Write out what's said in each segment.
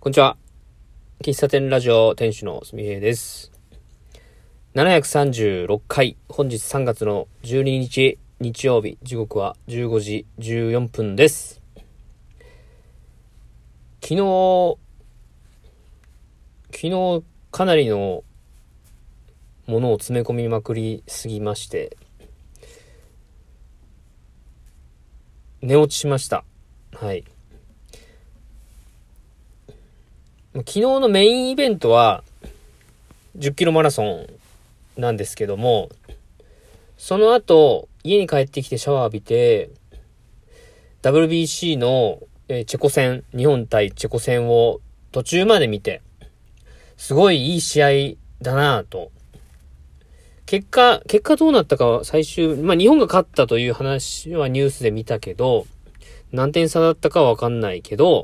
こんにちは。喫茶店ラジオ店主のすみへいです。736回、本日3月の12日日曜日、時刻は15時14分です。昨日かなりのものを詰め込みまくりすぎまして、寝落ちしました。はい。昨日のメインイベントは10キロマラソンなんですけども、その後家に帰ってきてシャワー浴びて WBC のチェコ戦、日本対チェコ戦を途中まで見て、すごいいい試合だなぁと。結果どうなったかは最終、日本が勝ったという話はニュースで見たけど、何点差だったかはわかんないけど、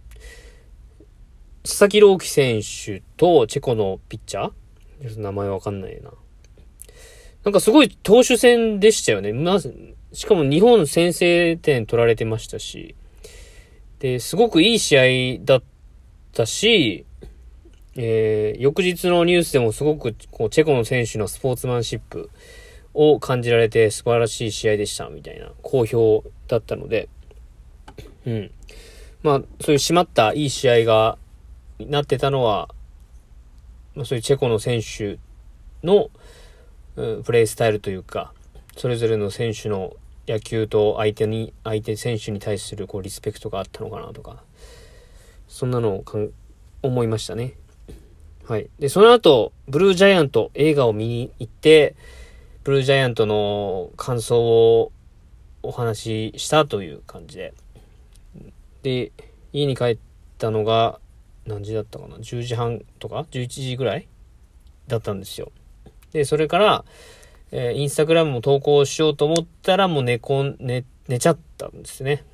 佐々木朗希選手とチェコのピッチャー、名前わかんないな。なんかすごい投手戦でしたよね。しかも日本先制点取られてましたし、で、すごくいい試合だったし、翌日のニュースでもすごくチェコの選手のスポーツマンシップを感じられて素晴らしい試合でしたみたいな好評だったので、そういう締まったいい試合がなってたのは、そういうチェコの選手の、プレイスタイルというか、それぞれの選手の野球と相手選手に対するリスペクトがあったのかなとか、そんなのを思いましたね。はい。で、その後、ブルージャイアント映画を見に行って、ブルージャイアントの感想をお話ししたという感じで。で、家に帰ったのが、何時だったかな ?10 時半とか 11 時ぐらいだったんですよ。で、それから、インスタグラムも投稿しようと思ったらもう寝ちゃったんですね。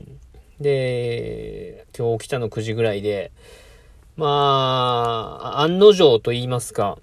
で、今日起きたの9時ぐらいで、案の定と言いますか、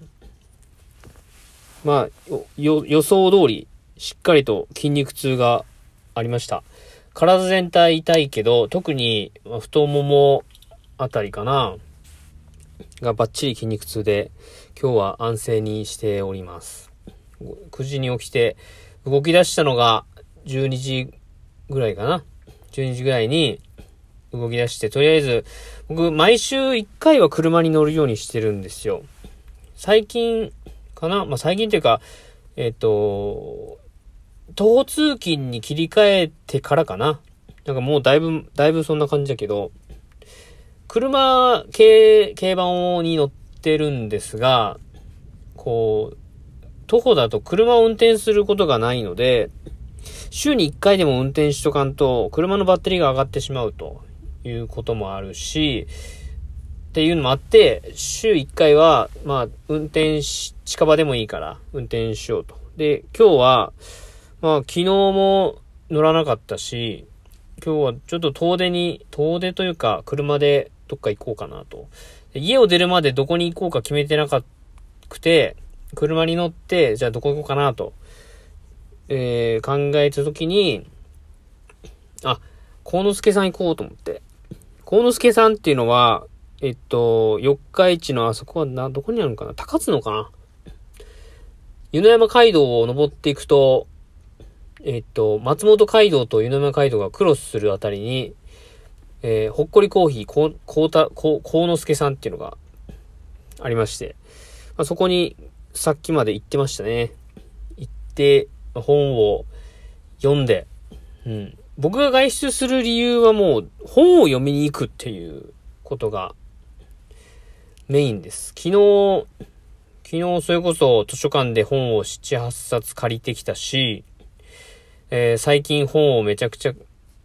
予想通りしっかりと筋肉痛がありました。体全体痛いけど、特に太ももあたりかながバッチリ筋肉痛で、今日は安静にしております。9時に起きて動き出したのが12時ぐらいかな。12時ぐらいに動き出して、とりあえず僕毎週1回は車に乗るようにしてるんですよ。最近かな、最近というか徒歩通勤に切り替えてからかな。なんかもうだいぶそんな感じだけど、軽バンに乗ってるんですが、徒歩だと車を運転することがないので、週に1回でも運転しとかんと、車のバッテリーが上がってしまうということもあるし、っていうのもあって、週1回は、近場でもいいから運転しようと。で、今日は、昨日も乗らなかったし、今日はちょっと遠出というか、車でどっか行こうかなと。家を出るまでどこに行こうか決めてなくて、車に乗って、じゃあどこ行こうかなと、考えたときに、幸之助さん行こうと思って。幸之助さんっていうのは、四日市のあそこはどこにあるのかな、高津野かな。湯の山街道を登っていくと、松本街道と湯の山街道がクロスするあたりに、ほっこりコーヒー幸之助さんっていうのがありまして、そこにさっきまで行ってましたね。行って本を読んで、僕が外出する理由はもう本を読みに行くっていうことがメインです。昨日それこそ図書館で本を7、8冊借りてきたし、最近本をめちゃくちゃ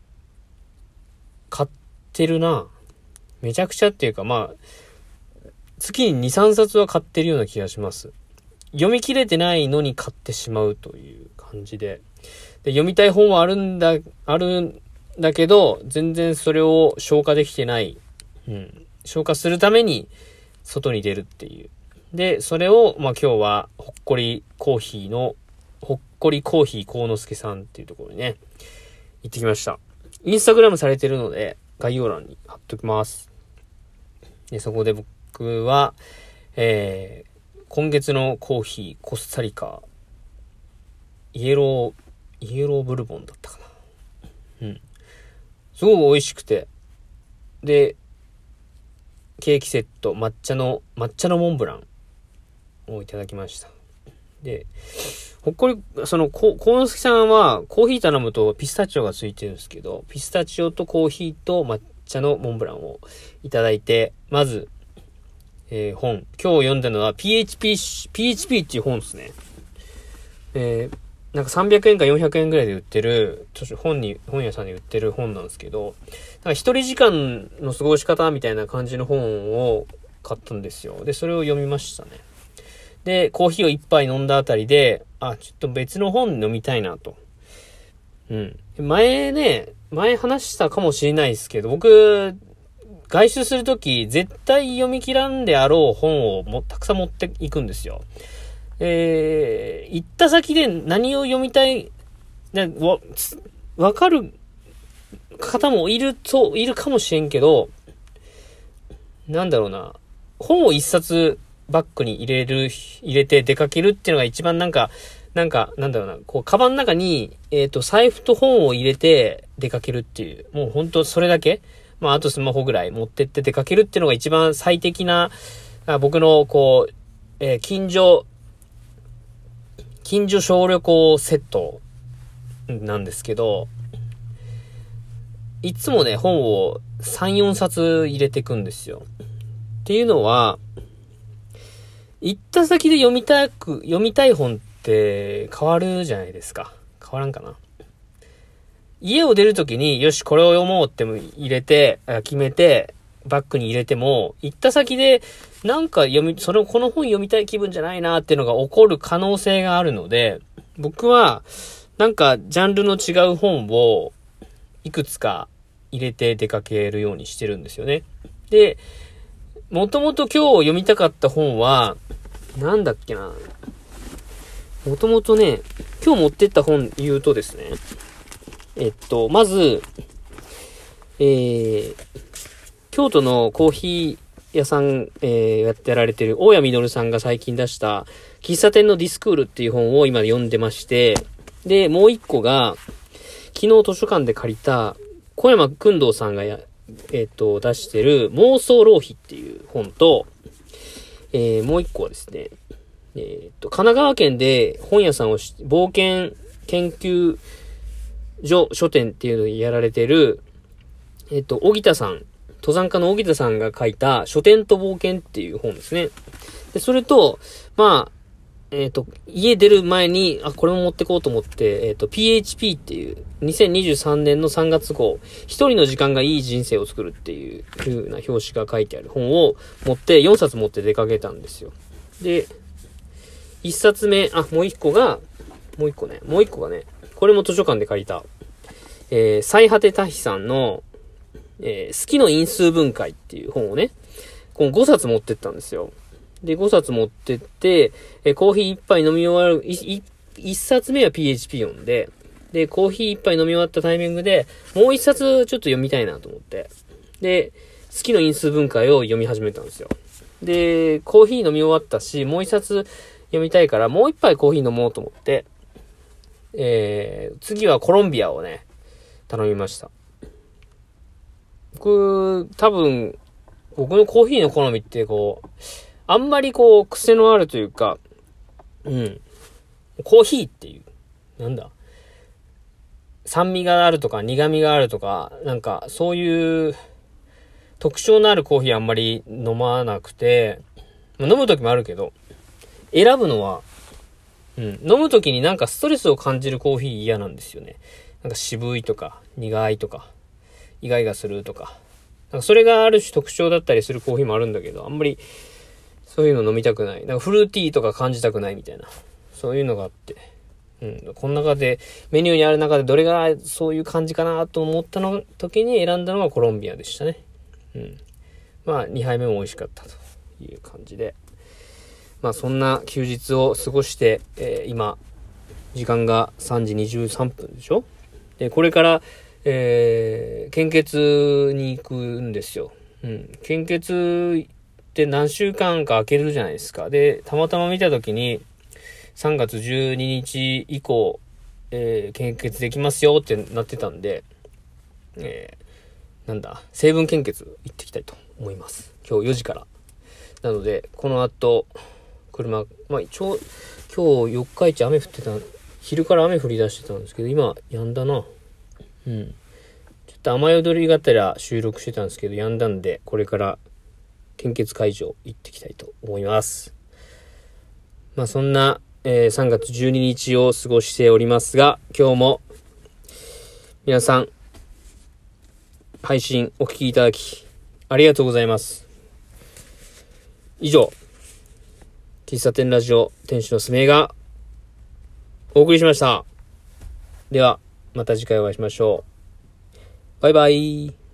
買ってるな。めちゃくちゃっていうか、月に2、3冊は買ってるような気がします。読み切れてないのに買ってしまうという感じで。で、読みたい本はあるんだけど、全然それを消化できてない。消化するために外に出るっていう。で、それを、今日はほっこりコーヒー幸之助さんっていうところにね、行ってきました。インスタグラムされてるので、概要欄に貼っときます。 で、そこで僕は、今月のコーヒー、コスタリカ、イエローブルボンだったかな。すごく美味しくて。で、ケーキセット、抹茶のモンブランをいただきました。で、ほっこり、幸之助さんはコーヒー頼むとピスタチオがついてるんですけど、ピスタチオとコーヒーと抹茶のモンブランをいただいて、まず、今日読んだのは PHP っていう本ですね。なんか300円か400円ぐらいで売ってる、本屋さんで売ってる本なんですけど、なんか一人時間の過ごし方みたいな感じの本を買ったんですよ。で、それを読みましたね。で、コーヒーを一杯飲んだあたりで、ちょっと別の本飲みたいなと。前話したかもしれないですけど、僕、外出するとき、絶対読み切らんであろう本をたくさん持っていくんですよ。行った先で何を読みたい、わかる方もいるかもしれんけど、なんだろうな、本を一冊バッグに入れて出かけるっていうのが一番なんだろうな、こう、カバンの中に、財布と本を入れて出かけるっていう、もう本当それだけ、あとスマホぐらい持ってって出かけるっていうのが一番最適な、僕の、こう、近所小旅行セットなんですけど、いつもね、本を3、4冊入れていくんですよ。っていうのは、行った先で読みたい本って変わるじゃないですか。変わらんかな。家を出るときに、よし、これを読もうって決めて、バッグに入れても、行った先で、なんかこの本読みたい気分じゃないなっていうのが起こる可能性があるので、僕は、なんか、ジャンルの違う本を、いくつか入れて出かけるようにしてるんですよね。で、もともと今日読みたかった本は、なんだっけな。もともとね、今日持ってった本言うとですね、まず、京都のコーヒー屋さん、やってられてる大谷実さんが最近出した喫茶店のディスクールっていう本を今読んでまして、で、もう一個が昨日図書館で借りた小山君堂さんが出してる妄想浪費っていう本と、もう一個はですね、神奈川県で本屋さんを冒険研究書店っていうのをやられてる、登山家の荻田さんが書いた書店と冒険っていう本ですね。で、それと、家出る前に、これも持ってこうと思って、PHP っていう、2023年の3月号、一人の時間がいい人生を作るっていう風な表紙が書いてある本を持って、4冊持って出かけたんですよ。で、1冊目、もう一個がね、これも図書館で借りた、最果て多比さんの、好きの因数分解っていう本をね、この5冊持ってったんですよ。で、5冊持ってって、コーヒー1杯飲み終わる、1冊目は PHP 読んで、で、コーヒー1杯飲み終わったタイミングで、もう1冊ちょっと読みたいなと思って、で、好きの因数分解を読み始めたんですよ。で、コーヒー飲み終わったし、もう1冊読みたいから、もう1杯コーヒー飲もうと思って、次はコロンビアをね、頼みました。僕のコーヒーの好みってあんまり癖のあるというか、コーヒーっていう、酸味があるとか苦味があるとか、そういう特徴のあるコーヒーあんまり飲まなくて、飲む時もあるけど、選ぶのは、飲む時にストレスを感じるコーヒー嫌なんですよね。渋いとか苦いとかイガイガするとか、それがある種特徴だったりするコーヒーもあるんだけど、あんまりそういうの飲みたくない。フルーティーとか感じたくないみたいな、そういうのがあって、この中でメニューにある中でどれがそういう感じかなと思った時に選んだのがコロンビアでしたね。2杯目も美味しかったという感じで、そんな休日を過ごして、今時間が3時23分でしょ。で、これから献血に行くんですよ。 献血って何週間か空けるじゃないですか。で、たまたま見たときに、3月12日以降、献血できますよってなってたんで、成分献血行ってきたいと思います。今日4時から。なので、この後、一応、今日四日市雨降ってた、昼から雨降り出してたんですけど、今、止んだな。ちょっと雨宿りがてら収録してたんですけど、止んだんで、これから献血会場行ってきたいと思います。そんな、3月12日を過ごしておりますが、今日も皆さん配信お聞きいただきありがとうございます。以上、喫茶店ラジオ店主のすめがお送りしました。ではまた次回お会いしましょう。バイバイ。